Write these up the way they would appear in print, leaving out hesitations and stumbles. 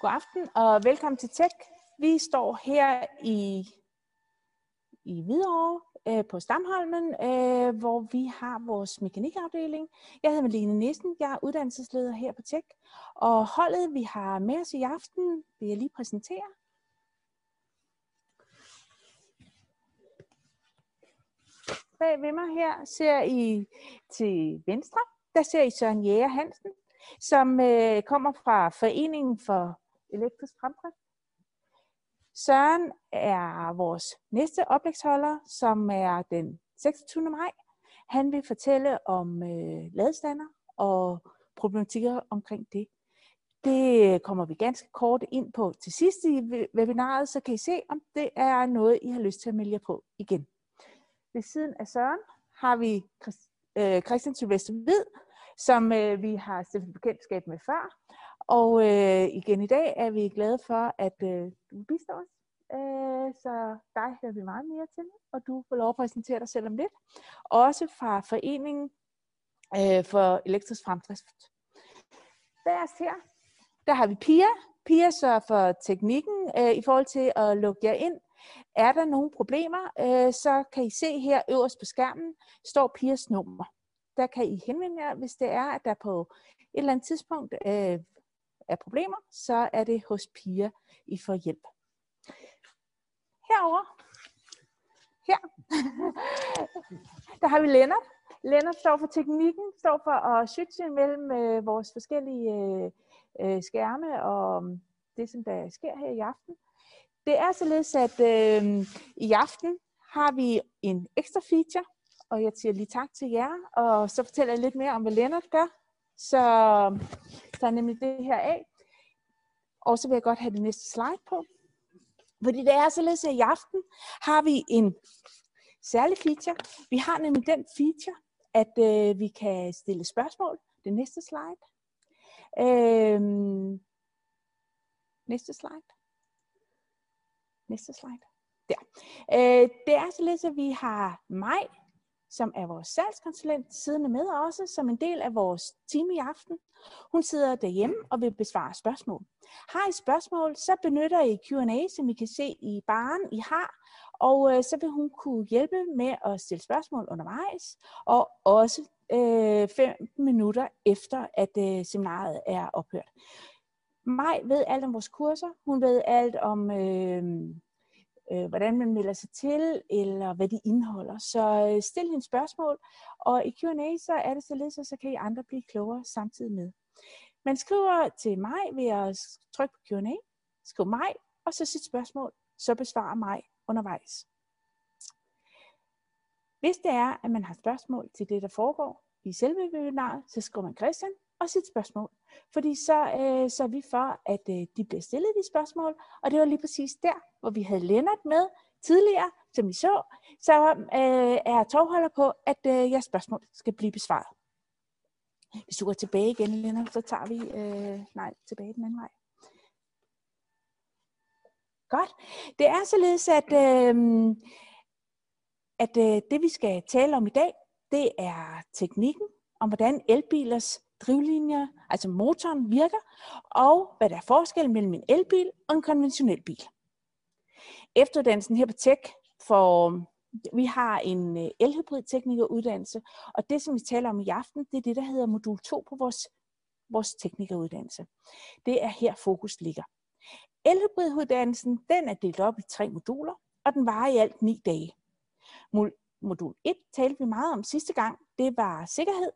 God aften og velkommen til Tech. Vi står her i Hvidovre på Stamholmen, hvor vi har vores mekanikafdeling. Jeg hedder Malene Nissen, jeg er uddannelsesleder her på Tech. Og holdet, vi har med os i aften, vil jeg lige præsentere. Bag ved mig her ser I til venstre, der ser I Søren Jæger Hansen, som kommer fra Foreningen for Elektrisk Fremdrift. Søren er vores næste oplægsholder, som er den 26. maj. Han vil fortælle om ladestander og problematikker omkring det. Det kommer vi ganske kort ind på til sidst i webinaret, så kan I se, om det er noget, I har lyst til at melde jer på igen. Ved siden af Søren har vi Christian Sylvester Hvid, som vi har stiftet bekendtskab med før. Og igen i dag er vi glade for, at du bistår os. Så dig hører vi meget mere til, og du får lov at præsentere dig selv om lidt. Også fra Foreningen for Elektrisk Fremdrift. Her, der har vi Pia. Pia sørger for teknikken i forhold til at lukke jer ind. Er der nogle problemer, så kan I se her øverst på skærmen, står Pias nummer. Der kan I henvende jer, hvis det er, at der på et eller andet tidspunkt er problemer, så er det hos Pia, I får hjælp. Herovre, her, der har vi Lennart. Lennart står for teknikken, står for at switche mellem vores forskellige skærme og det, som der sker her i aften. Det er således, at i aften har vi en ekstra feature, og jeg siger lige tak til jer, og så fortæller jeg lidt mere om, hvad Lennart gør. Så tager nemlig det her af. Og så vil jeg godt have det næste slide på. Fordi det er således, at i aften har vi en særlig feature. Vi har nemlig den feature, at vi kan stille spørgsmål. Det næste slide. Næste slide. Næste slide. Der. Det er således, at vi har Maj, som er vores salgskonsulent, siddende med også, som en del af vores team i aften. Hun sidder derhjemme og vil besvare spørgsmål. Har I spørgsmål, så benytter I Q&A, som I kan se i baren, I har. Og så vil hun kunne hjælpe med at stille spørgsmål undervejs, og også 5 minutter efter, at seminaret er ophørt. Maj ved alt om vores kurser. Hun ved alt om hvordan man melder sig til, eller hvad de indeholder. Så stil hende spørgsmål, og i Q&A så er det således, så kan I andre blive klogere samtidig med. Man skriver til mig ved at trykke på Q&A, skriv mig, og så sit spørgsmål, så besvarer mig undervejs. Hvis det er, at man har spørgsmål til det, der foregår i selve webinaret, så skriver man Christian og sit spørgsmål. Fordi så er vi for, at de bliver stillet de spørgsmål, og det var lige præcis der, hvor vi havde Lennart med tidligere, som I så er jeg tovholder på, at jeres spørgsmål skal blive besvaret. Hvis du går tilbage igen, Lennart, så tager vi tilbage den anden vej. Godt. Det er således, at det vi skal tale om i dag, det er teknikken, om hvordan elbilers drivlinjer, altså motoren, virker, og hvad der er forskel mellem en elbil og en konventionel bil. Efteruddannelsen her på Tech, vi har en elhybridteknikeruddannelse, og det, som vi taler om i aften, det er det, der hedder modul 2 på vores teknikeruddannelse. Det er her fokus ligger. Elhybriduddannelsen, den er delt op i 3 moduler, og den varer i alt 9 dage. Modul 1 talte vi meget om sidste gang, det var sikkerhed.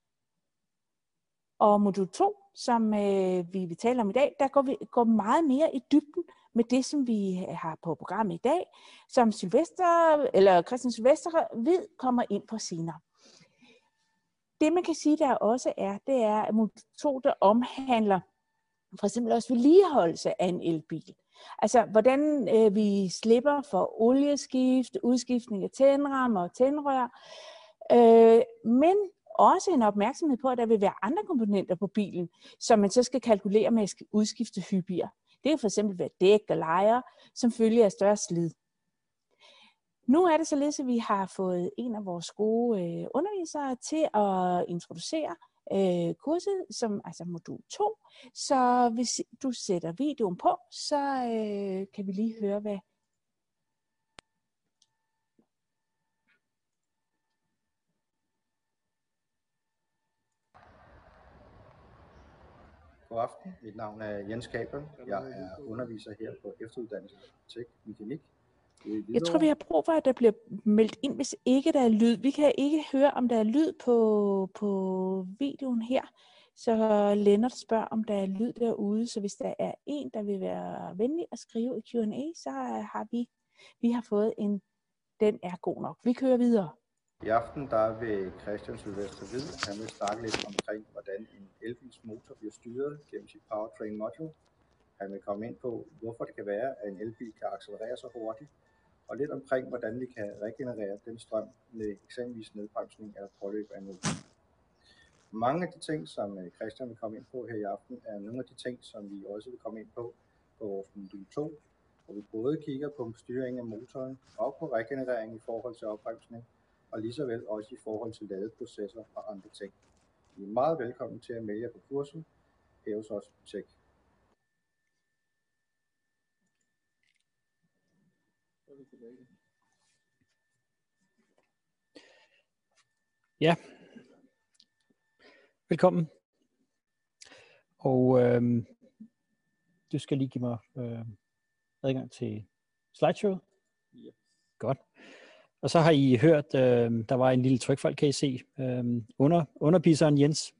Og modul 2, som vi vil tale om i dag, der går meget mere i dybden med det, som vi har på programmet i dag, som Christian Sylvester Hvid kommer ind på senere. Det man kan sige der også det er at modul 2, der omhandler for eksempel også vedligeholdelse af en elbil. Altså hvordan vi slipper for olieskift, udskiftning af tændrammer og tændrør, men også en opmærksomhed på, at der vil være andre komponenter på bilen, som man så skal kalkulere med at udskifte hyppigere. Det kan for eksempel være dæk og lejer, som følge af større slid. Nu er det således, at vi har fået en af vores gode undervisere til at introducere kurset, som altså modul 2. Så hvis du sætter videoen på, så kan vi lige høre, hvad. God aften. Mit navn er Jens Gabriel. Jeg er underviser her på efteruddannelsen Teknik. Jeg tror, vi har brug for, at der bliver meldt ind, hvis ikke der er lyd. Vi kan ikke høre, om der er lyd på videoen her. Så Lennart spørger, om der er lyd derude. Så hvis der er en, der vil være venlig at skrive i Q&A, så har vi har fået en, den er god nok. Vi kører videre. I aften der vil Christian Sylvester Hvid, han vil snakke lidt omkring, hvordan en elbils motor bliver styret gennem sit powertrain module. Han vil komme ind på, hvorfor det kan være, at en elbil kan accelerere så hurtigt, og lidt omkring, hvordan vi kan regenerere den strøm med eksempelvis nedbremsning eller påløb af en motor. Mange af de ting, som Christian vil komme ind på her i aften, er nogle af de ting, som vi også vil komme ind på vores modul 2, hvor vi både kigger på styring af motoren og på regenerering i forhold til opbremsning, og lige så vel også i forhold til ladeprocesser og andre ting. I er meget velkommen til at melde jer på kurset her hos os på Tech. Ja, velkommen. Og du skal lige give mig adgang til slideshowet. Ja. Godt. Og så har I hørt, der var en lille trykfejl, kan I se, underviseren Jens.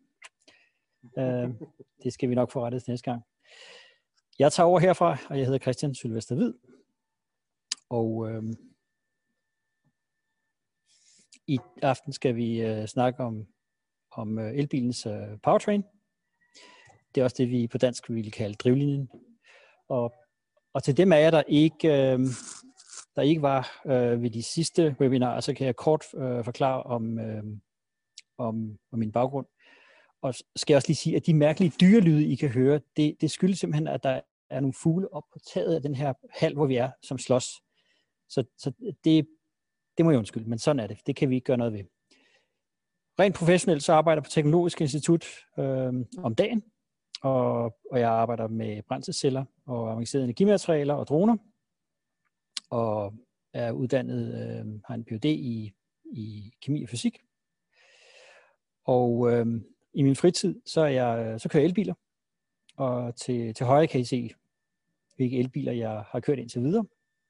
Det skal vi nok få rettet næste gang. Jeg tager over herfra, og jeg hedder Christian Sylvester Hvid. Og i aften skal vi snakke om elbilens powertrain. Det er også det, vi på dansk ville kalde drivlinjen. Og til dem af jer, der ikke var ved de sidste webinarer, så kan jeg kort forklare om min baggrund. Og skal jeg også lige sige, at de mærkelige dyrelyde, I kan høre, det skyldes simpelthen, at der er nogle fugle op på taget af den her hal, hvor vi er, som slås. Så det må jeg undskylde, men sådan er det. Det kan vi ikke gøre noget ved. Rent professionelt så arbejder jeg på Teknologisk Institut om dagen, og jeg arbejder med brændselsceller og avancerede energimaterialer og droner, og er uddannet, har en Ph.D. i kemi og fysik. Og i min fritid, så kører jeg elbiler, og til højre kan I se, hvilke elbiler jeg har kørt indtil videre.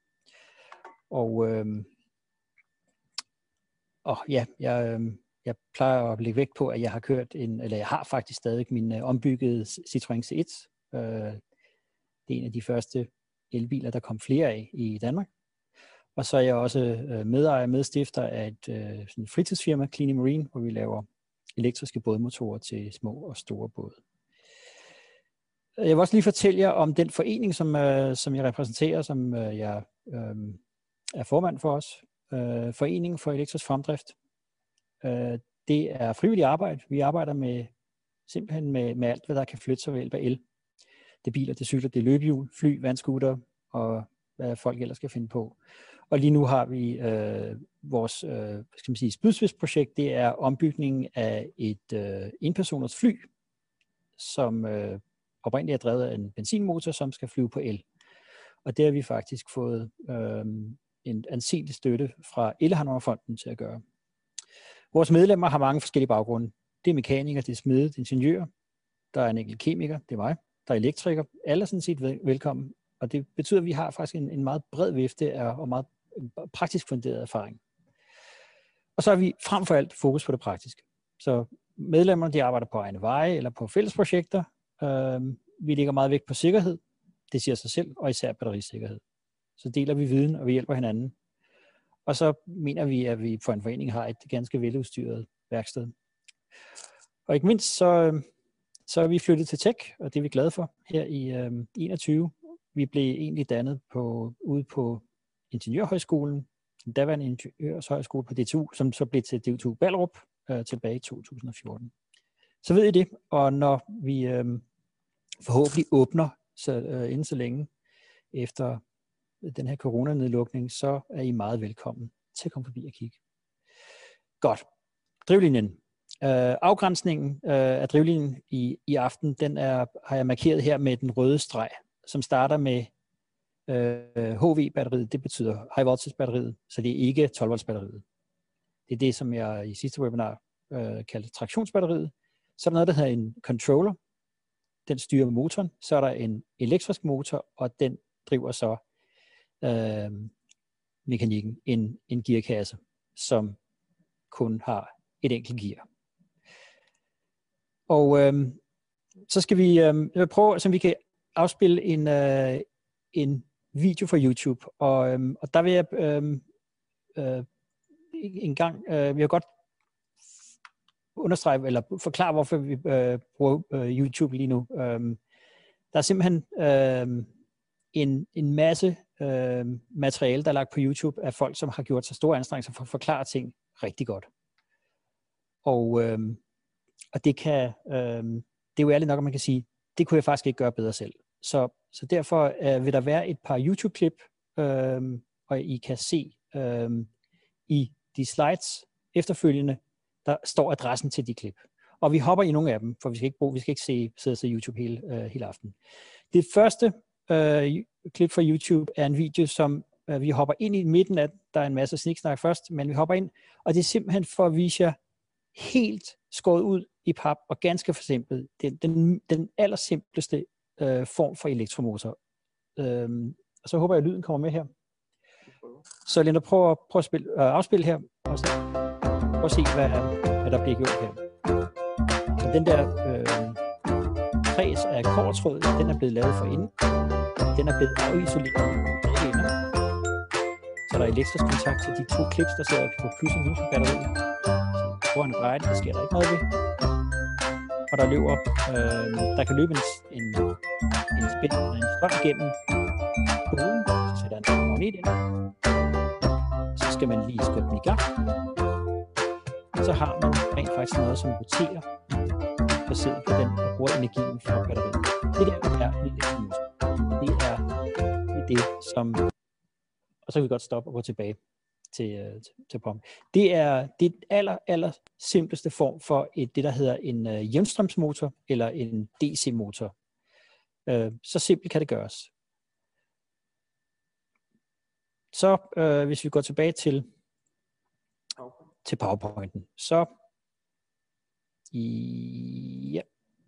Jeg plejer at lægge vægt på, at jeg har kørt jeg har faktisk stadig min ombyggede Citroën C1. Det er en af de første elbiler, der kom flere af i Danmark. Og så er jeg også medstifter af et sådan fritidsfirma, Clean Marine, hvor vi laver elektriske bådmotorer til små og store både. Jeg vil også lige fortælle jer om den forening, som jeg repræsenterer, som jeg er formand for os. Foreningen for Elektrisk Fremdrift. Det er frivilligt arbejde. Vi arbejder simpelthen med alt, hvad der kan flytte sig ved hjælp af el. Det er biler, det er cykler, det er løbehjul, fly, vandscooter og hvad folk ellers skal finde på. Og lige nu har vi vores spydspidsprojekt. Det er ombygningen af et enpersoners fly, som oprindeligt er drevet af en benzinmotor, som skal flyve på el. Og det har vi faktisk fået en anselig støtte fra Elhandlerfonden til at gøre. Vores medlemmer har mange forskellige baggrunde. Det er mekanikere, det er smede, det er ingeniører, der er en enkelt kemiker, det er mig, der er elektriker. Alle er sådan set velkommen. Og det betyder, at vi har faktisk en meget bred vifte og meget praktisk funderet erfaring. Og så har vi frem for alt fokus på det praktiske. Så medlemmerne, de arbejder på egne veje eller på fællesprojekter. Vi lægger meget vægt på sikkerhed, det siger sig selv, og især batterisikkerhed. Så deler vi viden, og vi hjælper hinanden. Og så mener vi, at vi for en forening har et ganske veludstyret værksted. Og ikke mindst, så er vi flyttet til Tech, og det er vi glade for her i 21. Vi blev egentlig dannet ude på Ingeniørhøjskolen, den daværende Ingeniørhøjskole på DTU, som så blev til DTU Ballerup tilbage i 2014. Så ved I det, og når vi forhåbentlig åbner inden så længe efter den her coronanedlukning, så er I meget velkommen til at komme forbi og kigge. Godt. Drivlinjen. Afgrænsningen af drivlinjen i aften, den har jeg markeret her med den røde streg, som starter med HV-batteriet. Det betyder high voltage batteriet, så det er ikke 12 volts batteriet. Det er det, som jeg i sidste webinar kaldte traktionsbatteriet. Så er der noget, der hedder en controller. Den styrer motoren. Så er der en elektrisk motor, og den driver så mekanikken. En gearkasse, som kun har et enkelt gear. Og så skal vi prøve, så vi kan afspille en video fra YouTube. Og der vil jeg en gang, vi har godt understrege, eller forklare, hvorfor vi bruger YouTube lige nu. Der er simpelthen en masse materiale, der er lagt på YouTube af folk, som har gjort sig store anstrengelser for at forklare ting rigtig godt. Og det kan, det er jo ærligt nok, at man kan sige, det kunne jeg faktisk ikke gøre bedre selv. Så derfor vil der være et par YouTube-klip, og I kan se i de slides efterfølgende, der står adressen til de klip. Og vi hopper i nogle af dem, for vi skal ikke sidde og se YouTube hele aften. Det første klip fra YouTube er en video, som vi hopper ind i midten af. Der er en masse sniksnak først, men vi hopper ind, og det er simpelthen for at vise jer helt skåret ud i pap, og ganske forsimplet. Den allersimpleste form for elektromotor. Og så håber jeg, at lyden kommer med her. Så Linda, prøv at afspille her, og så prøv at se, hvad der bliver gjort her. Så den der kreds af kobbertråd, den er blevet lavet for inden. Den er blevet afisoleret med ender. Så der er elektrisk kontakt til de to klips, der sidder på plus- og minus-batteriet. Så foran og dreje, der sker der ikke noget ved. Og der kan løbe en spænd eller en strøm igennem boden, så sætter en magnet ind. Så skal man lige skubbe den i gang. Så har man rent faktisk noget, som roterer, baseret på den, der bruger energien fra batteriet. Det der er en elektromotor. Det er det, som... Og så kan vi godt stoppe og gå tilbage til pumpen. Det er det aller simpleste form for det, der hedder en jævnstrømsmotor eller en DC-motor. Så simpelt kan det gøres. Så hvis vi går tilbage til PowerPointen, så ja.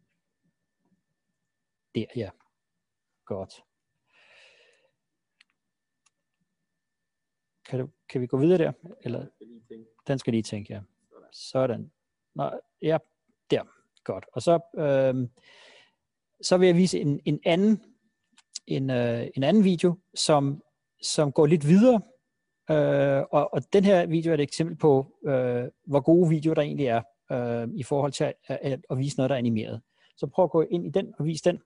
Der, ja. Godt. Kan vi gå videre der? Eller? Den skal lige tænke, ja. Sådan. Nå, ja, der. Godt. Og så vil jeg vise en anden video, som går lidt videre. Og den her video er et eksempel på, hvor gode videoer der egentlig er, i forhold til at vise noget, der er animeret. Så prøv at gå ind i den og vise den.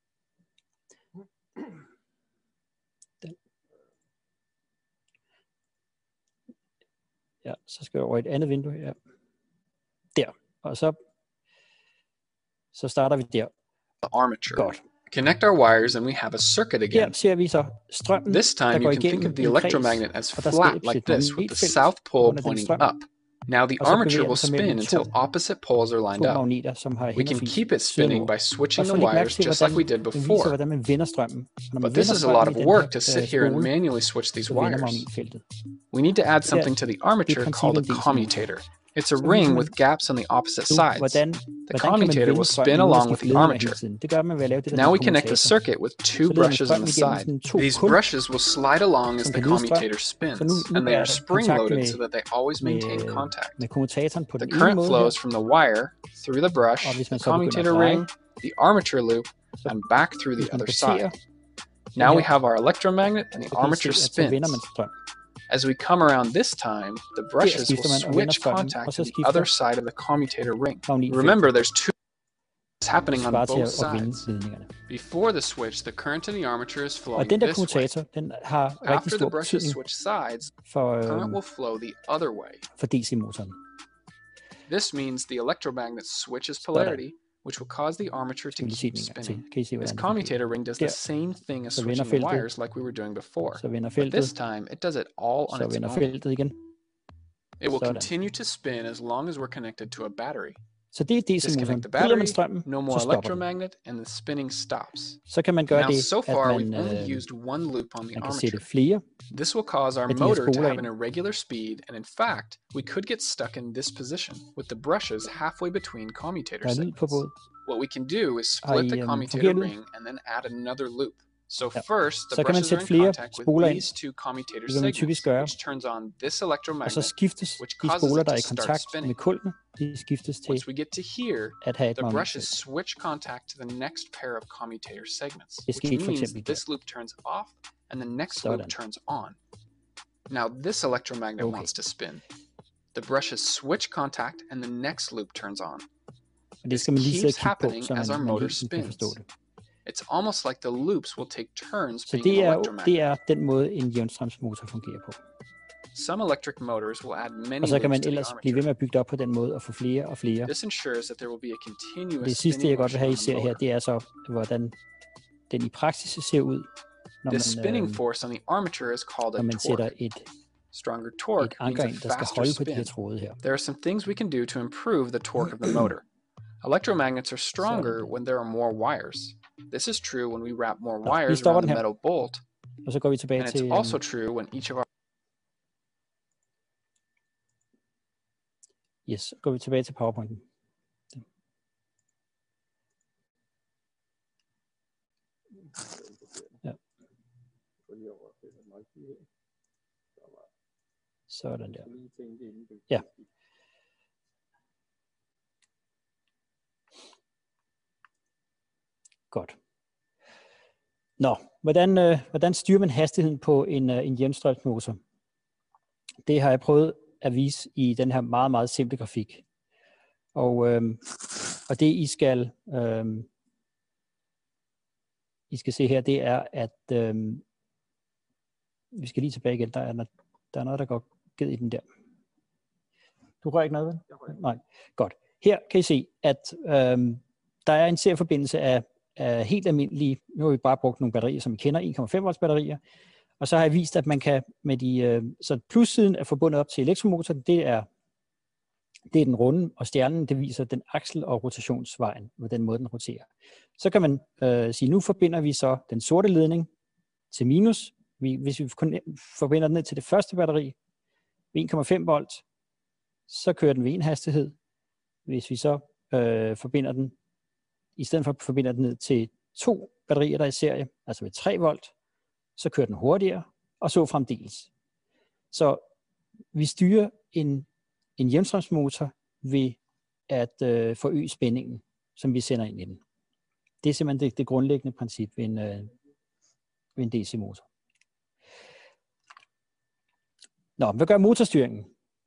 Ja, så skal jeg over i et andet vindue her. Der. Og så starter vi der. Armature. Godt. Connect our wires and we have a circuit again. Her ser vi så strømmen, This time you can think of the electromagnet as flat like this with the south pole pointing up. Now the armature will spin until opposite poles are lined up. We can keep it spinning by switching the wires just like we did before. But this is a lot of work to sit here and manually switch these wires. We need to add something to the armature called a commutator. It's a ring with gaps on the opposite sides. The commutator will spin along with the armature. Now we connect the circuit with two brushes on the side. These brushes will slide along as the commutator spins, and they are spring-loaded so that they always maintain contact. The current flows from the wire, through the brush, the commutator ring, the armature loop, and back through the other side. Now we have our electromagnet and the armature spins. As we come around this time, the brushes will switch contact to the other side of the commutator ring. Remember, there's two happening on both sides. Before the switch, the current in the armature is flowing this way. After the brushes switch sides, current will flow the other way. This means the electromagnet switches polarity, which will cause the armature to keep spinning. This commutator ring does the same thing as switching the wires like we were doing before, but this time it does it all on its own. It will continue to spin as long as we're connected to a battery. Så det er DC-motoren. Bryder man strømmen, no more så stopper electromagnet, and the spinning stops. Så kan man gøre det, so far, at man, we've only used one loop on the kan sætte flere. This will cause our motor to have an irregular speed, and in fact, we could get stuck in this position with the brushes halfway between commutator segments. What we can do is split the commutator ring and then add another loop. So first, the brushes are in contact with these two commutator segments, which turns on this electromagnet, which causes it to start spinning. Once we get to here, the brushes switch contact to the next pair of commutator segments, which means this loop turns off and the next loop turns on. Now this electromagnet wants to spin. The brushes switch contact and the next loop turns on. This keeps happening as our motor spins. It's almost like the loops will take turns being an electromagnet. Det er den måde, en jævnstrømsmotor fungerer på. Some electric motors will add many og så kan man loops ellers blive ved med at bygge det op på den måde og få flere og flere. This ensures that there will be a continuous det sidste, jeg godt vil have, I ser her, det er så, hvordan den i praksis ser ud, når the spinning force on the armature is called a torque. Stronger torque means a faster spin. There are some things we can do to improve the torque of the motor. Electromagnets are stronger when there are more wires. This is true when we wrap more wires around the metal bolt, og så går vi tilbage and it's also true when each of our... Yes, går vi tilbage til PowerPointen. Ja. Sådan der. Ja. Godt. Nå, hvordan styrer man hastigheden på en jævnstrømsmotor? Det har jeg prøvet at vise i den her meget, meget simple grafik. Og det I skal se her, det er, at vi skal lige tilbage igen. Der er noget, der går ged i den der. Du rører ikke noget, vel? Nej. Godt. Her kan I se, at der er en serieforbindelse af helt almindelige, nu har vi bare brugt nogle batterier, som I kender, 1,5 volts batterier, og så har jeg vist, at man kan med så plussiden er forbundet op til elektromotoren, det er den runde, og stjernen, det viser den aksel- og rotationsvejen, på den måde den roterer. Så kan man sige, nu forbinder vi så den sorte ledning til minus, hvis vi forbinder den ned til det første batteri, 1,5 volt, så kører den ved en hastighed. Hvis vi så forbinder den, i stedet for at forbinde den ned til 2 batterier, der er i serie, altså ved 3 volt, så kører den hurtigere, og så fremdeles. Så vi styrer en jævnstrømsmotor ved at forøge spændingen, som vi sender ind i den. Det er simpelthen det grundlæggende princip ved en DC-motor. Nå, hvad gør motorstyringen?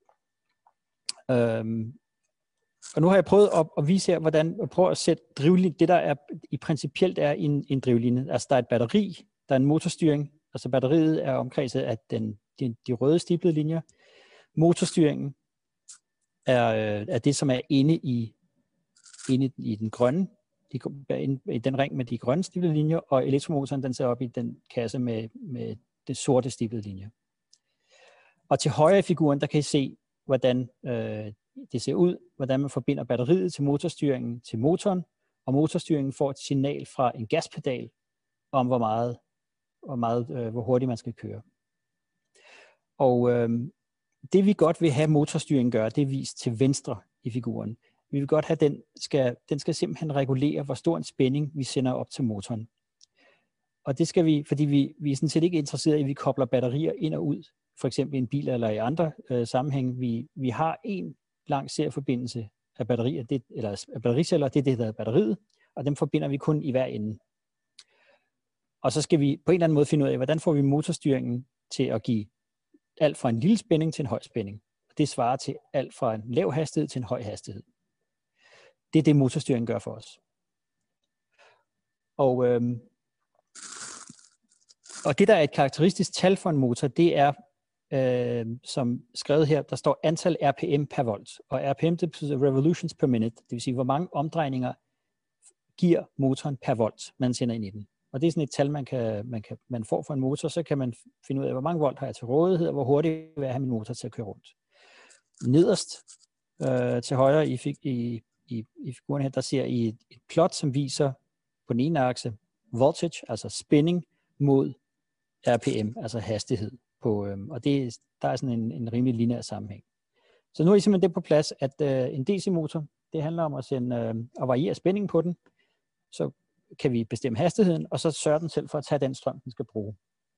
Og nu har jeg prøvet at vise her, hvordan at prøve at sætte drivlinje, det der er i principielt er en drivlinje. Altså der er et batteri, der er en motorstyring, altså batteriet er omkredset af de røde stiplede linjer. Motorstyringen er det, som er inde i den grønne, i den ring med de grønne stiplede linjer, og elektromotoren den sidder op i den kasse med det sorte stiplede linjer. Og til højre i figuren, der kan I se, hvordan det ser ud, hvordan man forbinder batteriet til motorstyringen til motoren, og motorstyringen får et signal fra en gaspedal om, hvor hurtigt man skal køre. Og det vi godt vil have motorstyringen gøre, det er vist til venstre i figuren. Vi vil godt have, den skal simpelthen regulere, hvor stor en spænding vi sender op til motoren. Og det skal vi, fordi vi er sådan set ikke interesseret i, at vi kobler batterier ind og ud, for eksempel i en bil eller i andre sammenhæng. Vi har en lang serieforbindelse af batterier, eller af battericeller, det er det, der hedder batteriet, og dem forbinder vi kun i hver ende. Og så skal vi på en eller anden måde finde ud af, hvordan får vi motorstyringen til at give alt fra en lille spænding til en høj spænding. Det svarer til alt fra en lav hastighed til en høj hastighed. Det er det, motorstyringen gør for os. Og det, der er et karakteristisk tal for en motor, det er, som skrevet her, der står antal RPM per volt. Og RPM, det betyder revolutions per minute. Det vil sige, hvor mange omdrejninger giver motoren per volt, man sender ind i den. Og det er sådan et tal, man får for en motor, så kan man finde ud af, hvor mange volt har jeg til rådighed, og hvor hurtigt vil jeg have min motor til at køre rundt. Nederst til højre i figuren her, der ser I et plot, som viser på den ene akse voltage, altså spænding, mod RPM, altså hastighed. Og der er sådan en rimelig lineær sammenhæng. Så nu er I simpelthen det på plads, at en DC-motor, det handler om at variere spændingen på den. Så kan vi bestemme hastigheden, og så sørger den selv for at tage den strøm, den skal bruge.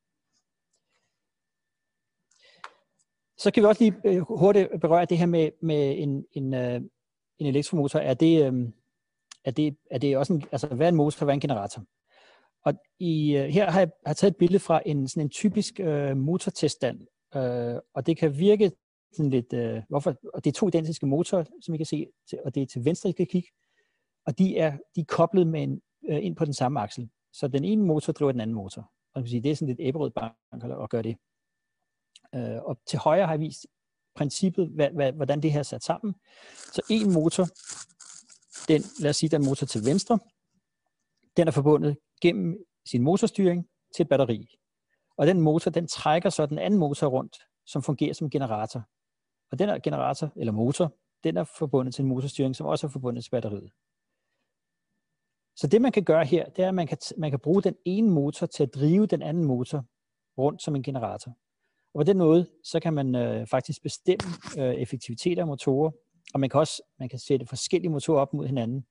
Så kan vi også lige hurtigt berøre det her med en elektromotor. Er det også hvad er en motor, hvad er en generator? Og her har jeg taget et billede fra sådan en typisk motorteststand, og det kan virke sådan lidt, og det er 2 identiske motorer, som I kan se, og det er til venstre, I kan kigge, og de er koblet med ind på den samme aksel. Så den ene motor driver den anden motor. Og man kan sige, det er sådan lidt Ebberød bank at gøre det. Og til højre har jeg vist princippet, hvordan det her er sat sammen. Så en motor, lad os sige, den motor til venstre, den er forbundet gennem sin motorstyring til et batteri. Og den motor, den trækker så den anden motor rundt, som fungerer som generator. Og den her generator, eller motor, den er forbundet til en motorstyring, som også er forbundet til batteriet. Så det man kan gøre her, det er, at man kan bruge den ene motor til at drive den anden motor rundt som en generator. Og på den måde, så kan man faktisk bestemme effektivitet af motorer, og man kan sætte forskellige motorer op mod hinanden,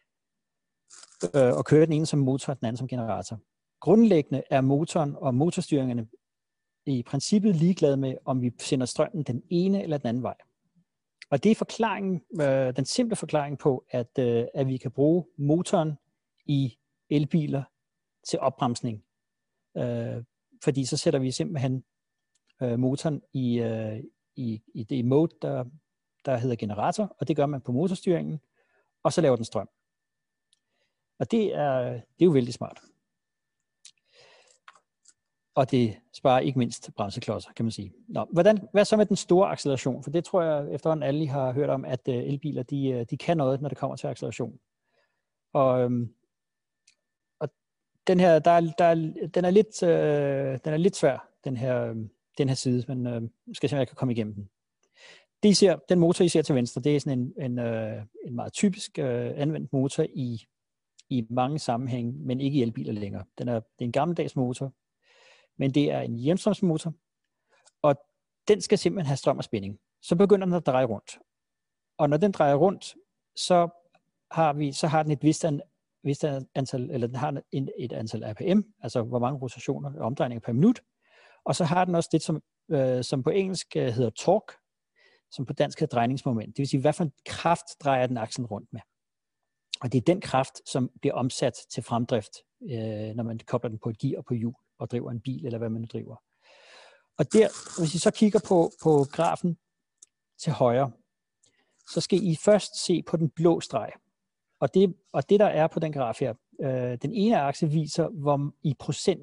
og køre den ene som motor, og den anden som generator. Grundlæggende er motoren og motorstyringerne i princippet ligeglade med, om vi sender strømmen den ene eller den anden vej. Og det er forklaringen, den simple forklaring på, at vi kan bruge motoren i elbiler til opbremsning. Fordi så sætter vi simpelthen motoren i det mode, der hedder generator, og det gør man på motorstyringen, og så laver den strøm. Og det er jo vældig smart. Og det sparer ikke mindst bremseklodser, kan man sige. Nå, hvad så med den store acceleration? For det tror jeg efterhånden alle har hørt om, at elbiler de kan noget, når det kommer til acceleration. Og den her, den er lidt svær, den her side, men skal se, om jeg kan komme igennem den. Den motor, I ser til venstre, det er sådan en meget typisk anvendt motor i mange sammenhænge, men ikke i elbiler længere. Det er en gammeldags motor, men det er en jævnstrømsmotor, og den skal simpelthen have strøm og spænding. Så begynder den at dreje rundt. Og når den drejer rundt, så har den et vist antal, eller den har et antal RPM, altså hvor mange rotationer og omdrejninger per minut, og så har den også det, som på engelsk hedder torque, som på dansk hedder drejningsmoment. Det vil sige, hvad for en kraft drejer den akslen rundt med. Og det er den kraft, som bliver omsat til fremdrift, når man kobler den på et gear på hjul og driver en bil, eller hvad man nu driver. Og hvis I så kigger på grafen til højre, så skal I først se på den blå streg. Og det der er på den graf her, den ene akse viser, i procent,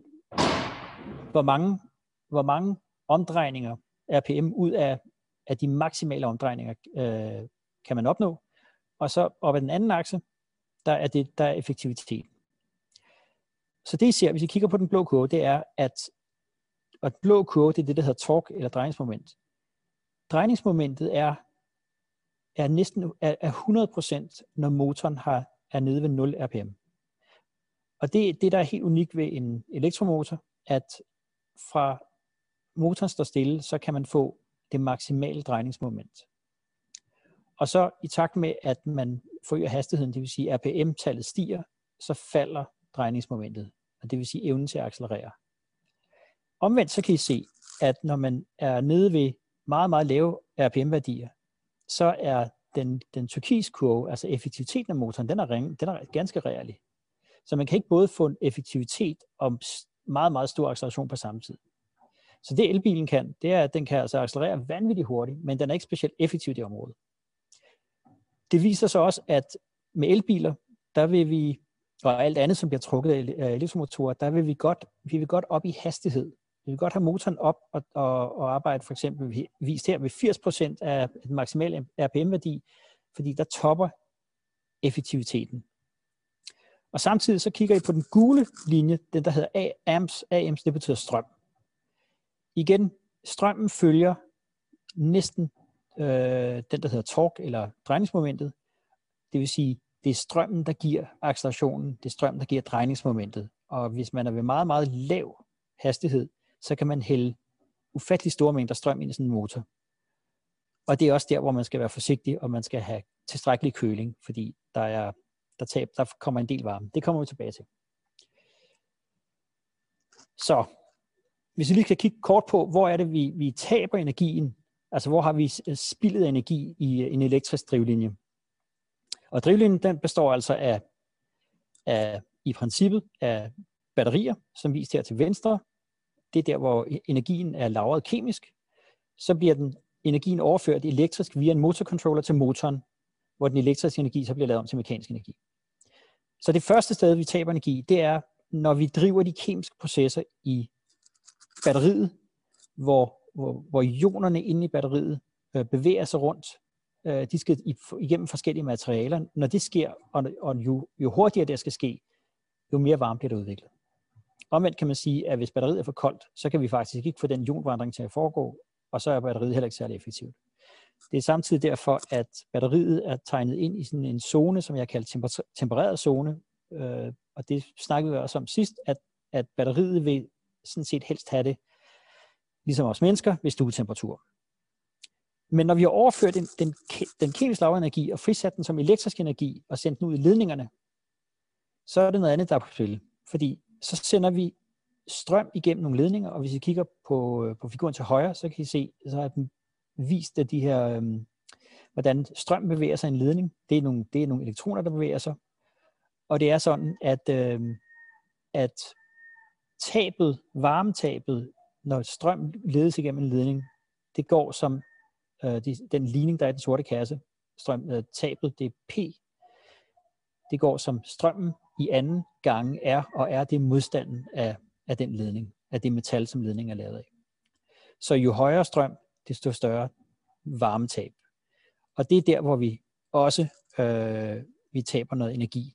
hvor mange omdrejninger, RPM, ud af de maksimale omdrejninger kan man opnå. Og så op ad den anden akse, der er effektiviteten. Så det I ser, hvis I kigger på den blå kurve, det er, at den blå kurve, det er det, der hedder torque eller drejningsmoment. Drejningsmomentet er næsten 100%, når motoren er nede ved 0 rpm. Og det, der er helt unikt ved en elektromotor, at fra motoren står stille, så kan man få det maksimale drejningsmoment. Og så i takt med, at man forøger hastigheden, det vil sige RPM-tallet stiger, så falder drejningsmomentet, og det vil sige evnen til at accelerere. Omvendt så kan I se, at når man er nede ved meget, meget lave RPM-værdier, så er den turkiskurve, altså effektiviteten af motoren, den er ganske rærlig. Så man kan ikke både få en effektivitet og meget, meget stor acceleration på samme tid. Så det elbilen kan, det er, at den kan altså accelerere vanvittigt hurtigt, men den er ikke specielt effektiv i det område. Det viser sig også, at med elbiler, der vil vi, og alt andet, som bliver trukket af elektromotorer, der vil vi vil godt op i hastighed. Vi vil godt have motoren op og arbejde for eksempel vist her ved 80% af den maksimale RPM-værdi, fordi der topper effektiviteten. Og samtidig så kigger I på den gule linje, den der hedder amps. Amps, det betyder strøm. Igen, strømmen følger næsten den, der hedder torque, eller drejningsmomentet. Det vil sige, det er strømmen, der giver accelerationen, det er strømmen, der giver drejningsmomentet. Og hvis man er ved meget, meget lav hastighed, så kan man hælde ufattelig store mængder strøm ind i sådan en motor. Og det er også der, hvor man skal være forsigtig, og man skal have tilstrækkelig køling, fordi der kommer en del varme. Det kommer vi tilbage til. Så, hvis vi lige kan kigge kort på, hvor er det, vi taber energien, altså hvor har vi spildet energi i en elektrisk drivlinje. Og drivlinjen, den består altså af i princippet af batterier, som vist her til venstre. Det er der, hvor energien er lagret kemisk. Så bliver energien overført elektrisk via en motorcontroller til motoren, hvor den elektriske energi så bliver lavet om til mekanisk energi. Så det første sted, vi taber energi, det er, når vi driver de kemiske processer i batteriet, hvor ionerne inde i batteriet bevæger sig rundt. De skal igennem forskellige materialer. Når det sker, og jo hurtigere det skal ske, jo mere varme bliver der udviklet. Omvendt kan man sige, at hvis batteriet er for koldt, så kan vi faktisk ikke få den ionvandring til at foregå, og så er batteriet heller ikke særlig effektivt. Det er samtidig derfor, at batteriet er tegnet ind i sådan en zone, som jeg kalder tempereret zone, og det snakkede vi også om sidst, at batteriet vil sådan set helst have det, ligesom os mennesker, ved stuetemperatur. Men når vi har overført den kemisk lagrede energi og frisat den som elektrisk energi og sendt den ud i ledningerne, så er det noget andet, der er på spil. Fordi så sender vi strøm igennem nogle ledninger, og hvis I kigger på figuren til højre, så kan I se, så har den vist de her, hvordan strøm bevæger sig i en ledning. Det er nogle elektroner, der bevæger sig. Og det er sådan, at varmetabet, når strøm ledes igennem en ledning, det går som den ligning, der er i den sorte kasse. Tabet, det er P. Det går som strømmen i anden gange R, og R det er modstanden af den ledning, af det metal, som ledningen er lavet af. Så jo højere strøm, desto større varmetab. Og det er der, hvor vi også vi taber noget energi,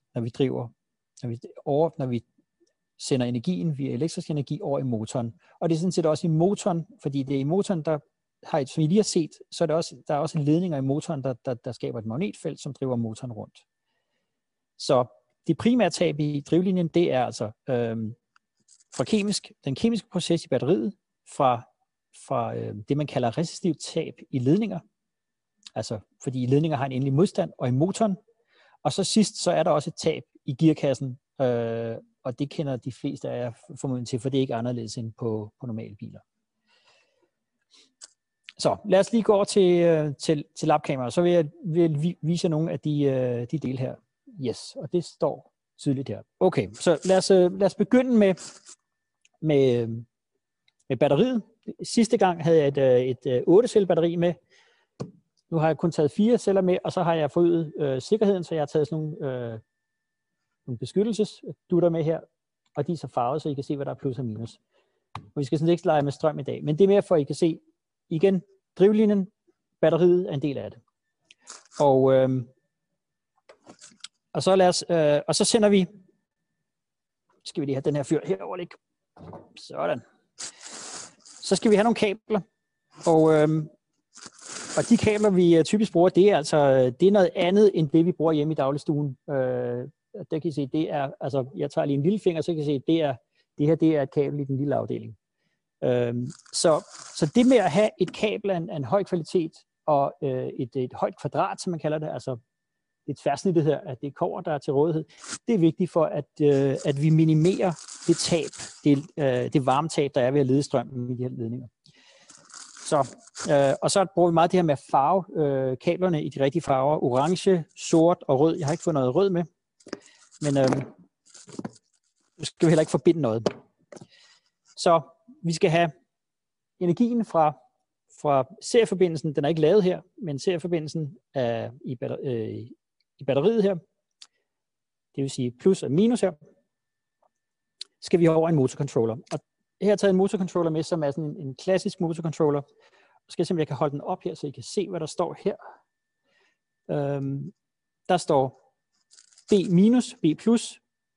når vi sender energien via elektrisk energi over i motoren. Og det er sådan set også i motoren, fordi det er i motoren, der har, som I lige har set, så er der er også ledninger i motoren, der skaber et magnetfelt, som driver motoren rundt. Så det primære tab i drivlinjen, det er altså fra den kemiske proces i batteriet, fra det, man kalder resistivt tab i ledninger, altså fordi ledninger har en endelig modstand, og i motoren. Og så sidst, så er der også et tab i gearkassen, og det kender de fleste af jer formodentlig til, for det er ikke anderledes end på normale biler. Så lad os lige gå over til labkamera, så vil jeg vise nogle af de dele her. Yes, og det står tydeligt her. Okay, så lad os begynde med batteriet. Sidste gang havde jeg et 8-celle batteri med. Nu har jeg kun taget 4 celler med, og så har jeg forøget sikkerheden, så jeg har taget sådan nogle beskyttelsesdutter med her, og de er så farvet, så I kan se, hvad der er plus og minus. Og vi skal sådan ikke lege med strøm i dag, men det er mere for, at I kan se igen, drivlinjen, batteriet er en del af det. Og så sender vi, skal vi lige have den her fyr herover ligge. Sådan. Så skal vi have nogle kabler, og de kabler, vi typisk bruger, det er noget andet, end det, vi bruger hjemme i dagligstuen. Der kan I se, det er, altså, jeg tager lige en lille finger, så kan I se, det her er et kabel i den lille afdeling. Så det med at have et kabel af en høj kvalitet, og et højt kvadrat, som man kalder det, altså det tværsnittet her, at det er kobber, der er til rådighed, det er vigtigt for, at vi minimerer det tab, det varmetab, der er ved at lede strømmen i de her ledninger. Og så bruger vi meget det her med at farve kablerne i de rigtige farver, orange, sort og rød. Jeg har ikke fået noget rød med, men nu skal vi heller ikke forbinde noget. Så vi skal have energien fra serieforbindelsen, den er ikke lavet her, men serieforbindelsen er i batteriet her, det vil sige plus og minus her, skal vi have over en motorcontroller. Og her har jeg taget en motorcontroller med, som er sådan en klassisk motorcontroller. Jeg skal simpelthen, jeg kan holde den op her, så I kan se, hvad der står her. Der står B minus, B plus,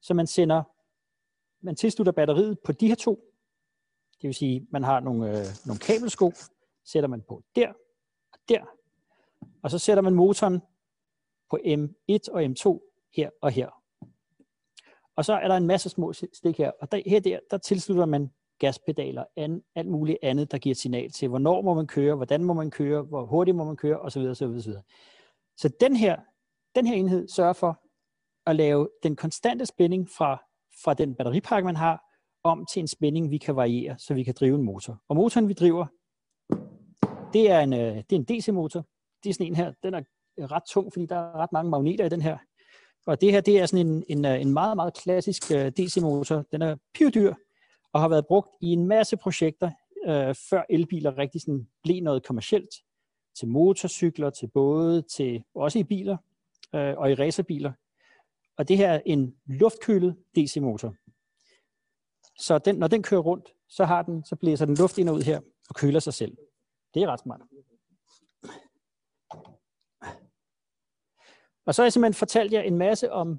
Så man tilslutter batteriet på de her to. Det vil sige, man har nogle kabelsko, sætter man på der og der, og så sætter man motoren på M1 og M2 her og her. Og så er der en masse små stik her, og der tilslutter man gaspedaler, alt muligt andet, der giver et signal til, hvornår må man køre, hvordan må man køre, hvor hurtigt må man køre, osv. Så den her enhed sørger for at lave den konstante spænding fra den batteripakke, man har, om til en spænding, vi kan variere, så vi kan drive en motor. Og motoren, vi driver, det er en DC-motor. Det er sådan en her, den er ret tung, fordi der er ret mange magneter i den her. Og det her, det er sådan en meget, meget klassisk DC-motor. Den er pivdyr og har været brugt i en masse projekter, før elbiler rigtig sådan blev noget kommercielt. Til motorcykler, til både, til også i biler og i racerbiler. Og det her er en luftkølet DC-motor. Så når den kører rundt, så blæser den luft ind og ud her og køler sig selv. Det er ret smart. Og så har jeg simpelthen fortalt jer en masse om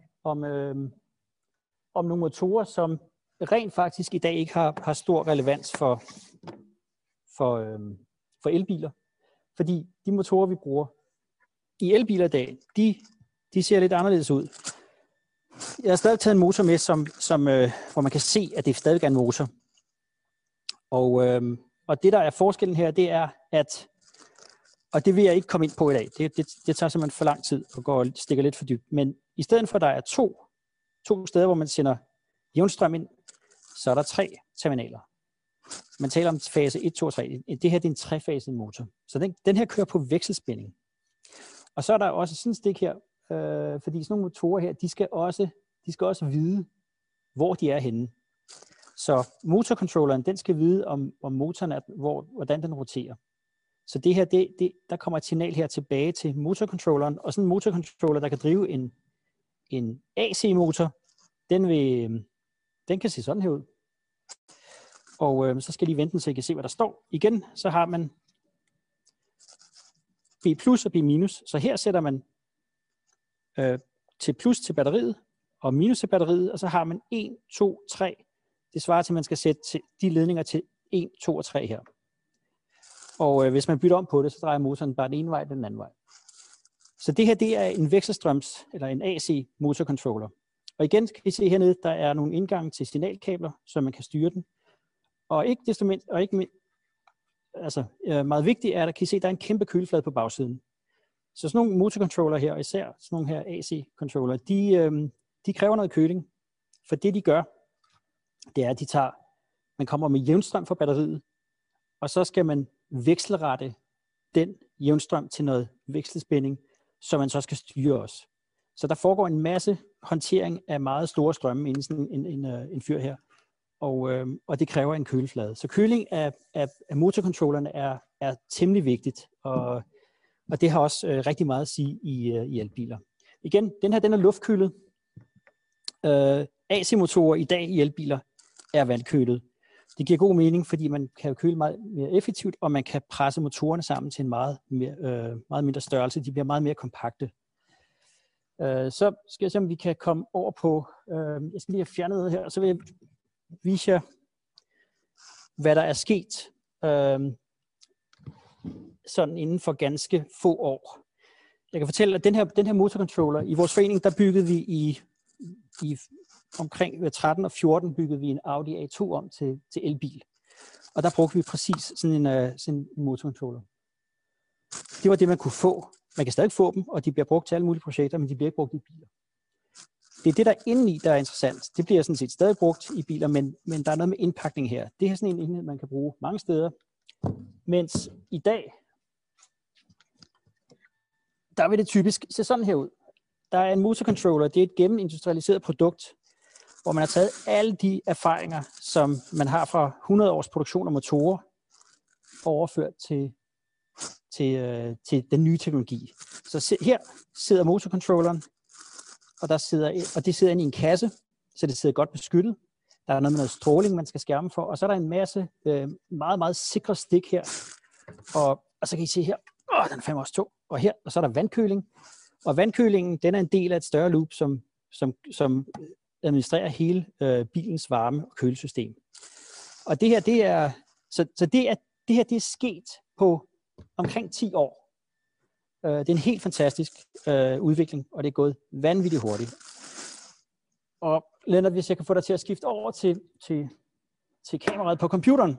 nogle motorer, som rent faktisk i dag ikke har stor relevans for elbiler. Fordi de motorer, vi bruger i elbiler i dag, de ser lidt anderledes ud. Jeg har stadig taget en motor med, hvor man kan se, at det stadig er en motor. Og det, der er forskellen her, det er, at, og det vil jeg ikke komme ind på i dag, det tager simpelthen for lang tid og stikker lidt for dybt, men i stedet for, at der er to steder, hvor man sender jævnstrøm ind, så er der 3 terminaler. Man taler om fase 1, 2 og 3. Det her det er en trefaset motor. Så den her kører på vekselspænding. Og så er der også sådan et stik her, fordi sådan nogle motorer her, de skal også vide, hvor de er henne. Så motorcontrolleren, den skal vide, om motoren er, hvordan den roterer. Så det her, der kommer et signal her tilbage til motorcontrolleren, og sådan en motorcontroller, der kan drive en AC-motor, den kan se sådan her ud. Og så skal I lige vente, så I kan se, hvad der står. Igen, så har man B plus og B minus. Så her sætter man til plus til batteriet, og minus til batteriet, og så har man 1, 2, 3. Det svarer til, at man skal sætte de ledninger til 1, 2 og 3 her. Og hvis man bytter om på det, så drejer motoren bare den ene vej, den anden vej. Så det her, det er en vekselstrøms, eller en AC motorcontroller. Og igen kan I se hernede, der er nogle indgange til signalkabler, så man kan styre den. Og ikke desto mindre, og ikke meget vigtigt er, at kan I se, der er en kæmpe køleflade på bagsiden. Så sådan nogle motorcontroller her, og især sådan nogle her AC-controller, de kræver noget køling. For det de gør, det er, at man kommer med jævnstrøm fra batteriet, og så skal man vekselrette den jævnstrøm til noget vekselspænding, så man så skal styre også. Så der foregår en masse håndtering af meget store strømme inden sådan en fyr her, og det kræver en køleflade. Så køling af motorcontrollerne er temmelig vigtigt, og det har også rigtig meget at sige i elbiler. Igen, den er luftkølet. AC-motorer i dag i elbiler er vandkølet. Det giver god mening, fordi man kan køle meget mere effektivt, og man kan presse motorerne sammen til en meget mindre størrelse. De bliver meget mere kompakte. Så skal jeg se, om vi kan komme over på, jeg skal lige have fjernet noget her, og så vil jeg vise jer, hvad der er sket sådan inden for ganske få år. Jeg kan fortælle, at den her motorcontroller, i vores forening, der byggede vi i omkring 13 og 14 byggede vi en Audi A2 om til elbil. Og der brugte vi præcis sådan en motorcontroller. Det var det, man kunne få. Man kan stadig få dem, og de bliver brugt til alle mulige projekter, men de bliver ikke brugt i biler. Det er det, der er indeni, der er interessant. Det bliver sådan set stadig brugt i biler, men der er noget med indpakning her. Det er sådan en enhed, man kan bruge mange steder. Mens i dag, der vil det typisk se sådan her ud. Der er en motorcontroller, det er et gennemindustrialiseret produkt, hvor man har taget alle de erfaringer, som man har fra 100 års produktion af motorer, overført til den nye teknologi. Så her sidder motorcontrolleren, og det sidder inde i en kasse, så det sidder godt beskyttet. Der er noget med noget stråling, man skal skærme for, og så er der en masse meget, meget sikre stik her. Og så kan I se her, den er fandme også tung. Og her, og så er der vandkøling. Og vandkølingen, den er en del af et større loop, som administrerer hele bilens varme- og kølesystem. Og det her, det er det er sket på omkring 10 år. Det er en helt fantastisk udvikling, og det er gået vanvittigt hurtigt. Og Lennart, hvis jeg kan få dig til at skifte over til kameraet på computeren,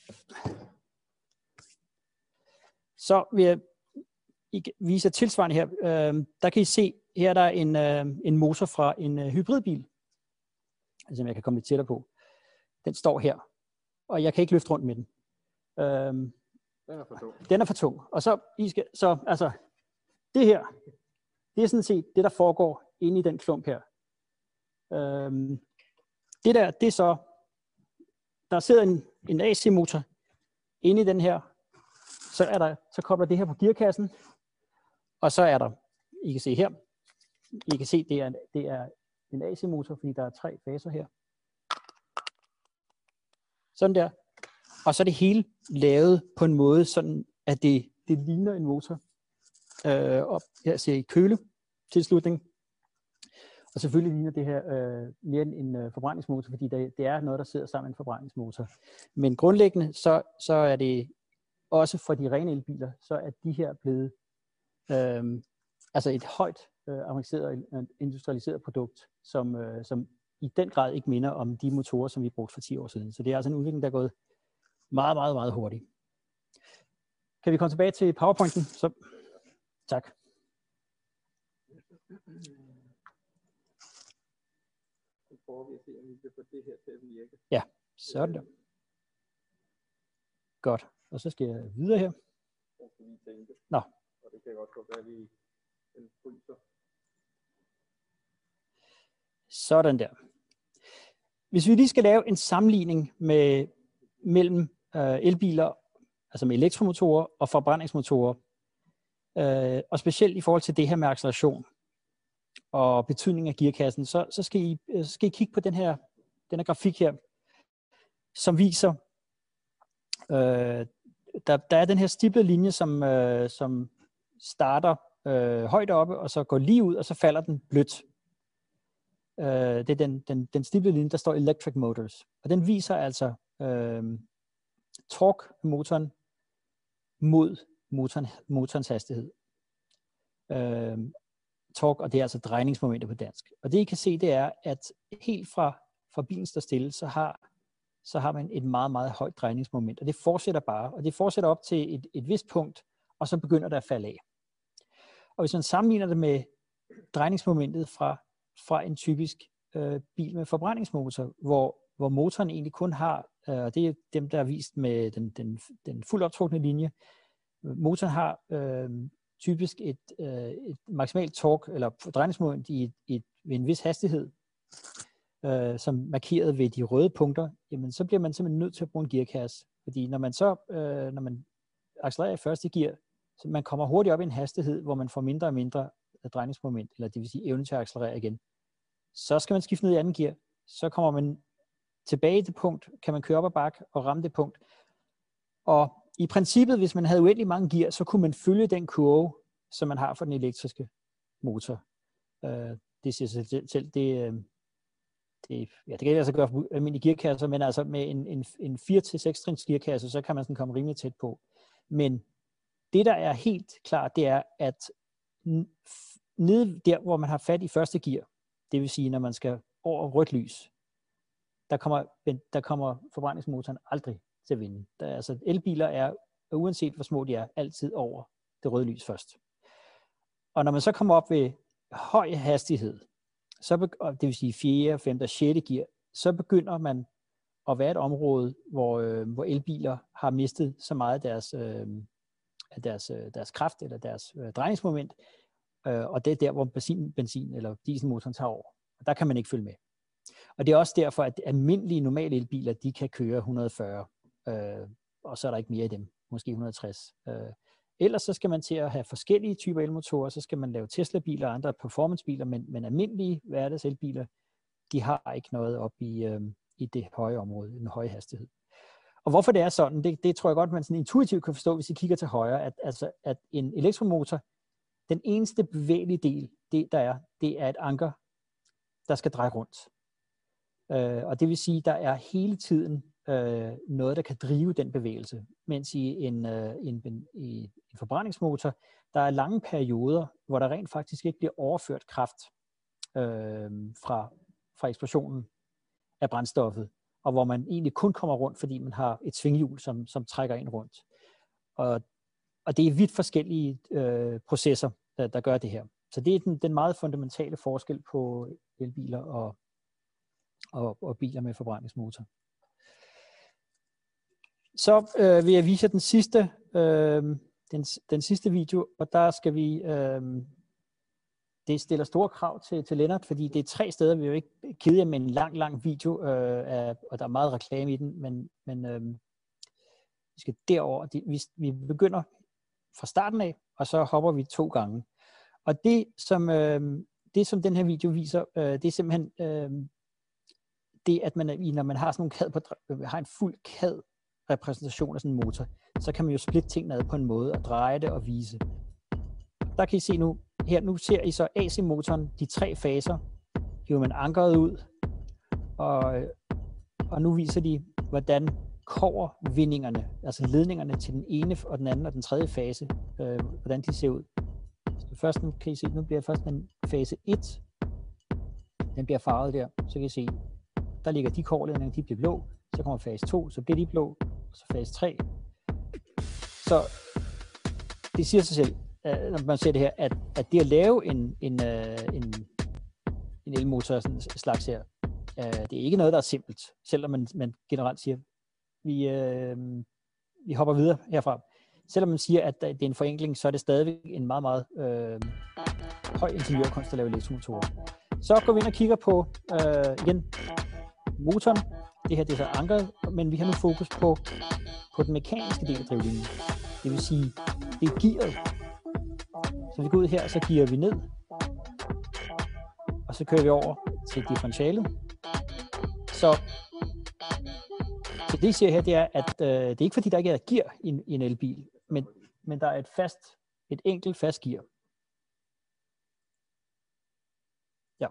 så vil jeg vise tilsvarende her. Der kan I se, her er der en motor fra en hybridbil, som jeg kan komme lidt tættere på. Den står her, og jeg kan ikke løfte rundt med den. Den er for tung. Den er for tung. Og så altså, det her, det er sådan set det, der foregår inde i den klump her. Det er så, der sidder en AC-motor inde i den her, så kobler det her på gearkassen, og så er der, I kan se her, I kan se, det er en AC-motor, fordi der er 3 faser her. Sådan der. Og så er det hele lavet på en måde, sådan at det ligner en motor. Og her ser I køletilslutning. Og selvfølgelig ligner det her mere en forbrændingsmotor, fordi det er noget, der sidder sammen med en forbrændingsmotor. Men grundlæggende, så er det også for de rene elbiler, så er de her blevet altså et højt avanceret industrialiseret produkt, som i den grad ikke minder om de motorer, som vi brugte for 10 år siden. Så det er altså en udvikling, der er gået meget, meget, meget hurtigt. Kan vi komme tilbage til PowerPointen? Så tak. Ja, sådan. Godt. Og så skal jeg videre her. Nå. Det kan godt være, at vi fryser. Sådan der. Hvis vi lige skal lave en sammenligning mellem elbiler, altså med elektromotorer og forbrændingsmotorer, og specielt i forhold til det her med acceleration og betydningen af gearkassen, så skal I kigge på den her grafik her, som viser, der er den her stiplede linje, som starter højt oppe, og så går lige ud, og så falder den blødt. Det er den stiplede linje, der står electric motors. Og den viser altså torque-motoren mod motorens hastighed. Torque, og det er altså drejningsmomentet på dansk. Og det I kan se, det er, at helt fra bilen står stille, så har man et meget, meget højt drejningsmoment. Og det fortsætter bare, og det fortsætter op til et vist punkt, og så begynder det at falde af. Og hvis man sammenligner det med drejningsmomentet fra en typisk bil med forbrændingsmotor, hvor motoren egentlig kun har, og det er dem, der er vist med den fuldt optrukne linje, motoren har typisk et maksimalt torque, eller drejningsmoment ved en vis hastighed, som markeret ved de røde punkter, jamen så bliver man simpelthen nødt til at bruge en gearkasse. Fordi når man accelererer i første gear, så man kommer hurtigt op i en hastighed, hvor man får mindre og mindre drejningsmoment, eller det vil sige evne til at accelerere igen. Så skal man skifte ned i anden gear, så kommer man tilbage i det punkt, kan man køre op ad bakke og ramme det punkt. Og i princippet, hvis man havde uendelig mange gear, så kunne man følge den kurve, som man har for den elektriske motor. Det siger sig selv, det kan altså gøre for almindelige gearkasser, men altså med en 4-6 trins gearkasse, så kan man sådan komme rimelig tæt på. Men det, der er helt klart, det er, at nede der, hvor man har fat i første gear, det vil sige, når man skal over rødt lys, der kommer forbrændingsmotoren aldrig til at vinde. Altså elbiler er, uanset hvor små de er, altid over det røde lys først. Og når man så kommer op ved høj hastighed, det vil sige 4., 5. og 6. gear, så begynder man at være et område, hvor elbiler har mistet så meget af deres kraft eller deres drejningsmoment, og det er der, hvor benzin eller dieselmotoren tager over. Og der kan man ikke følge med. Og det er også derfor, at almindelige normale elbiler, de kan køre 140, og så er der ikke mere i dem, måske 160. Ellers så skal man til at have forskellige typer elmotorer, så skal man lave Tesla-biler og andre performance-biler, men almindelige hverdagselbiler, de har ikke noget op i det høje område, den høje hastighed. Og hvorfor det er sådan, det tror jeg godt, man sådan intuitivt kan forstå, hvis I kigger til højre, at en elektromotor, den eneste bevægelige del, det er et anker, der skal dreje rundt. Og det vil sige, at der er hele tiden noget, der kan drive den bevægelse. Mens i en forbrændingsmotor, der er lange perioder, hvor der rent faktisk ikke bliver overført kraft fra eksplosionen af brændstoffet, og hvor man egentlig kun kommer rundt, fordi man har et svinghjul, som trækker ind rundt. Og det er vidt forskellige processer, der gør det her. Så det er den meget fundamentale forskel på elbiler og biler med forbrændingsmotor. Så vil jeg vise den sidste video, og der skal vi... det stiller store krav til Lennart, fordi det er 3 steder, vi er jo ikke kede jer med en lang video, og der er meget reklame i den, men vi skal derover. Vi begynder fra starten af, og så hopper vi 2 gange. Og det som den her video viser, det er simpelthen det, at når man har sådan nogle har en fuld CAD repræsentation af sådan en motor, så kan man jo splitte tingene ad på en måde og dreje det og vise. Der kan I se nu ser I så AC-motoren, de 3 faser, hiver man ankeret ud, og nu viser de, hvordan kobbervindingerne, altså ledningerne til den ene og den anden og den tredje fase, hvordan de ser ud. Så først nu kan I se, nu bliver først den fase 1, den bliver farvet der, så kan I se, der ligger de kobberledninger, de bliver blå, så kommer fase 2, så bliver de blå, og så fase 3. Så det siger sig selv, når man ser det her, at det at lave en elmotor sådan slags her, det er ikke noget, der er simpelt, selvom man generelt siger, vi hopper videre herfra. Selvom man siger, at det er en forenkling, så er det stadigvæk en meget, meget høj ingeniørkunst at lave elektromotorer. Så går vi ind og kigger på igen motoren. Det her det er så ankeret, men vi har nu fokus på den mekaniske del af drivlinjen. Det vil sige, det er gearet. Så vi går ud her, og så gearer vi ned. Og så kører vi over til differentialet. Så det, I ser her, det er, at det er ikke fordi, der ikke er gear i en elbil, men der er et enkelt fast gear. Ja.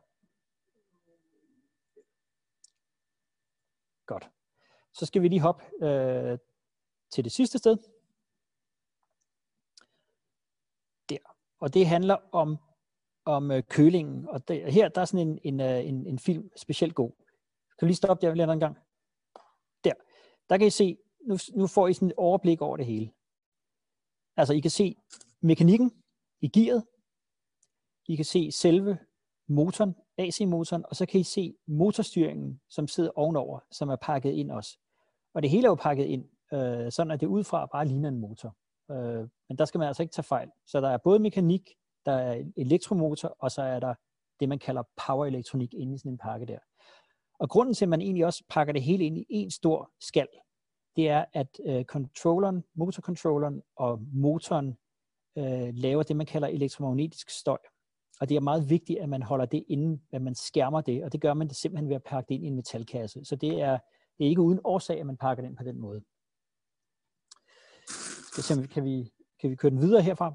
Godt. Så skal vi lige hoppe til det sidste sted. Der. Og det handler om kølingen. Og her der er sådan en film specielt god. Kan du lige stoppe der lidt en gang? Der kan I se, nu får I sådan et overblik over det hele. Altså I kan se mekanikken i gearet. I kan se selve motoren, AC-motoren, og så kan I se motorstyringen, som sidder ovenover, som er pakket ind også. Og det hele er jo pakket ind, sådan at det udefra bare ligner en motor. Men der skal man altså ikke tage fejl. Så der er både mekanik, der er elektromotor, og så er der det, man kalder power-elektronik inde i sådan en pakke der. Og grunden til, at man egentlig også pakker det hele ind i en stor skal, det er, at motorcontrolleren og motoren laver det, man kalder elektromagnetisk støj. Og det er meget vigtigt, at man holder det inde, at man skærmer det, og det gør man det simpelthen ved at pakke det ind i en metalkasse. Så det er ikke uden årsag, at man pakker det ind på den måde. Kan vi køre den videre herfra?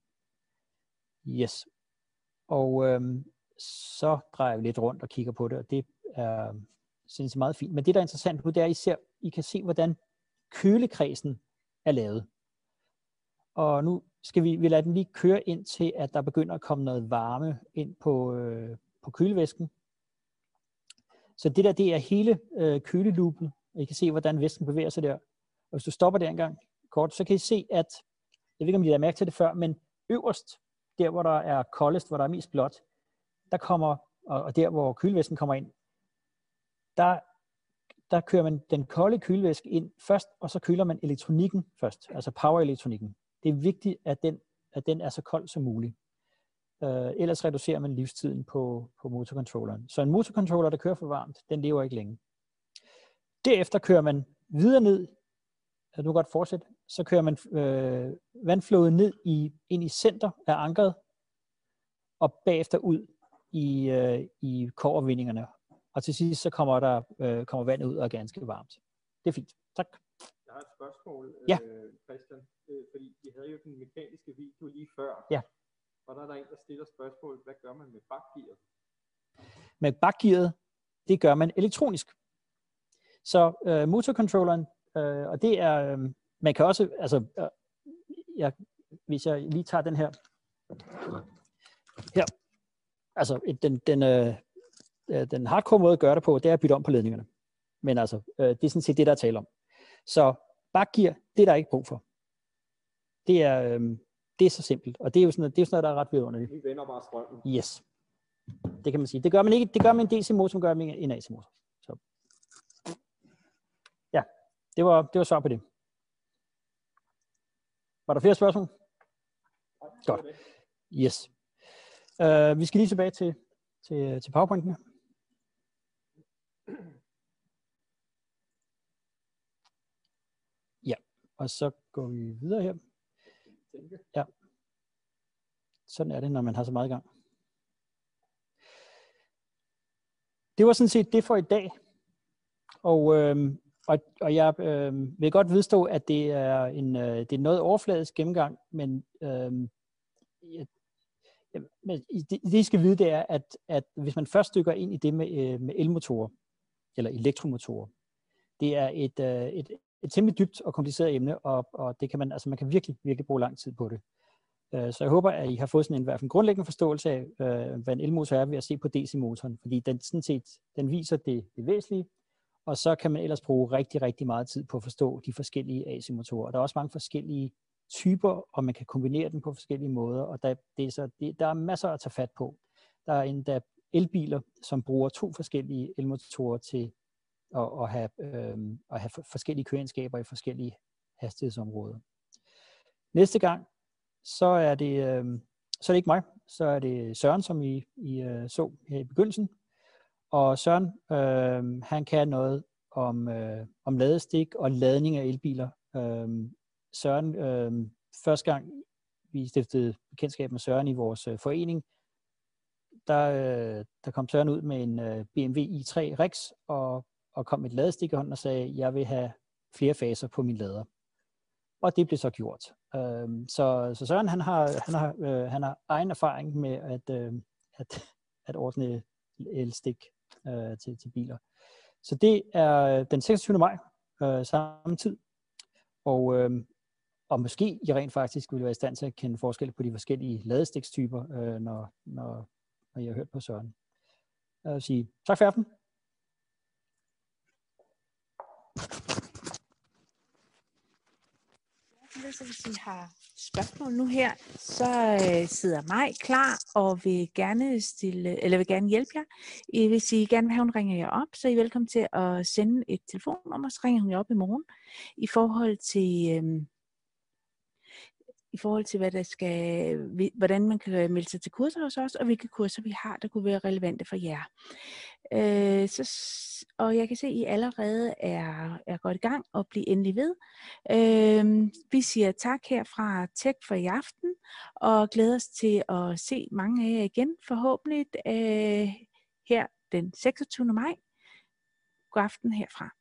Yes. Og så drejer vi lidt rundt og kigger på det, og det er synes jeg meget fint. Men det, der er interessant nu, det er, at I kan se, hvordan kølekredsen er lavet. Og nu skal vi lade den lige køre ind til, at der begynder at komme noget varme ind på kølevæsken. Så det er hele køleloopen. I kan se, hvordan væsken bevæger sig der. Og hvis du stopper der engang kort, så kan I se, at, jeg ved ikke, om I har mærket til det før, men øverst, der hvor der er koldest, hvor der er mest blåt, der kommer, og der hvor kølevæsken kommer ind, der kører man den kolde kølevæske ind først, og så køler man elektronikken først, altså power-elektronikken. Det er vigtigt, at den er så kold som muligt. Ellers reducerer man livstiden på motorcontrolleren. Så en motorcontroller, der kører for varmt, den lever ikke længe. Derefter kører man videre ned, du kan godt fortsætte, så kører man vandflowet ned ind i center af ankeret, og bagefter ud i kobbervindingerne. Og til sidst så kommer vandet ud og er ganske varmt. Det er fint. Tak. Jeg har et spørgsmål, ja. Christian. Fordi vi havde jo den mekaniske video lige før. Ja. Og der er en, der stiller spørgsmål, hvad gør man med bakgearet? Med bakgearet, det gør man elektronisk. Så motorcontrolleren, og det er, man kan også, altså, hvis jeg lige tager den her, altså den hardcore måde at gøre det på, det er at bytte om på ledningerne. Men altså, det er sådan set det, der er tale om. Så bakgear, det er der ikke brug for. Det er så simpelt, og det er jo sådan noget, der er ret vidunderligt. Vi vender bare strømmen. Yes. Det kan man sige. Det gør man ikke. Det gør man en DC-motor, som gør man en AC-motor. Så. Ja, det var svar på det. Var der flere spørgsmål? Godt. Yes. Vi skal lige tilbage til PowerPointen. Ja, og så går vi videre her. Ja. Sådan er det, når man har så meget i gang. Det var sådan set det for i dag. Og jeg vil godt vedstå, at det er en noget overfladisk gennemgang, men det I skal vide, det er, at hvis man først dykker ind i det med elmotorer, eller elektromotorer, det er et temmelig dybt og kompliceret emne, og det kan man kan virkelig bruge lang tid på det. Så jeg håber, at I har fået sådan i hvert fald en grundlæggende forståelse af, hvad en elmotor er ved at se på DC-motoren, fordi den viser det væsentlige, og så kan man ellers bruge rigtig meget tid på at forstå de forskellige AC-motorer. Der er også mange forskellige typer, og man kan kombinere dem på forskellige måder, og der er masser at tage fat på. Der er endda elbiler, som bruger 2 forskellige elmotorer til at have forskellige køreegenskaber i forskellige hastighedsområder. Næste gang, så er det ikke mig, så er det Søren, som I så her i begyndelsen. Og Søren, han kan noget om ladestik og ladning af elbiler. Søren, første gang vi stiftede bekendtskab med Søren i vores forening, der kom Søren ud med en BMW i3 Rex og kom med et ladestik i hånden og sagde, jeg vil have flere faser på min lader. Og det blev så gjort. Så Søren, han har egen erfaring med at ordne elstik til biler. Så det er den 26. maj samme tid. Og måske I rent faktisk vil være i stand til at kende forskel på de forskellige ladestikstyper, når I har hørt på Søren. Jeg vil sige tak for aften. Så hvis I har spørgsmål nu her, så sidder Maj klar og vil gerne hjælpe jer. Hvis I gerne vil have, hun ringer jer op, så er I velkommen til at sende et telefonnummer, så ringer hun jer op i morgen i forhold til hvordan man kan melde sig til kurser hos os, og hvilke kurser vi har, der kunne være relevante for jer. Og jeg kan se, at I allerede er godt i gang og bliver endelig ved. Vi siger tak her fra Tech for i aften, og glæder os til at se mange af jer igen, forhåbentlig her den 26. maj. God aften herfra.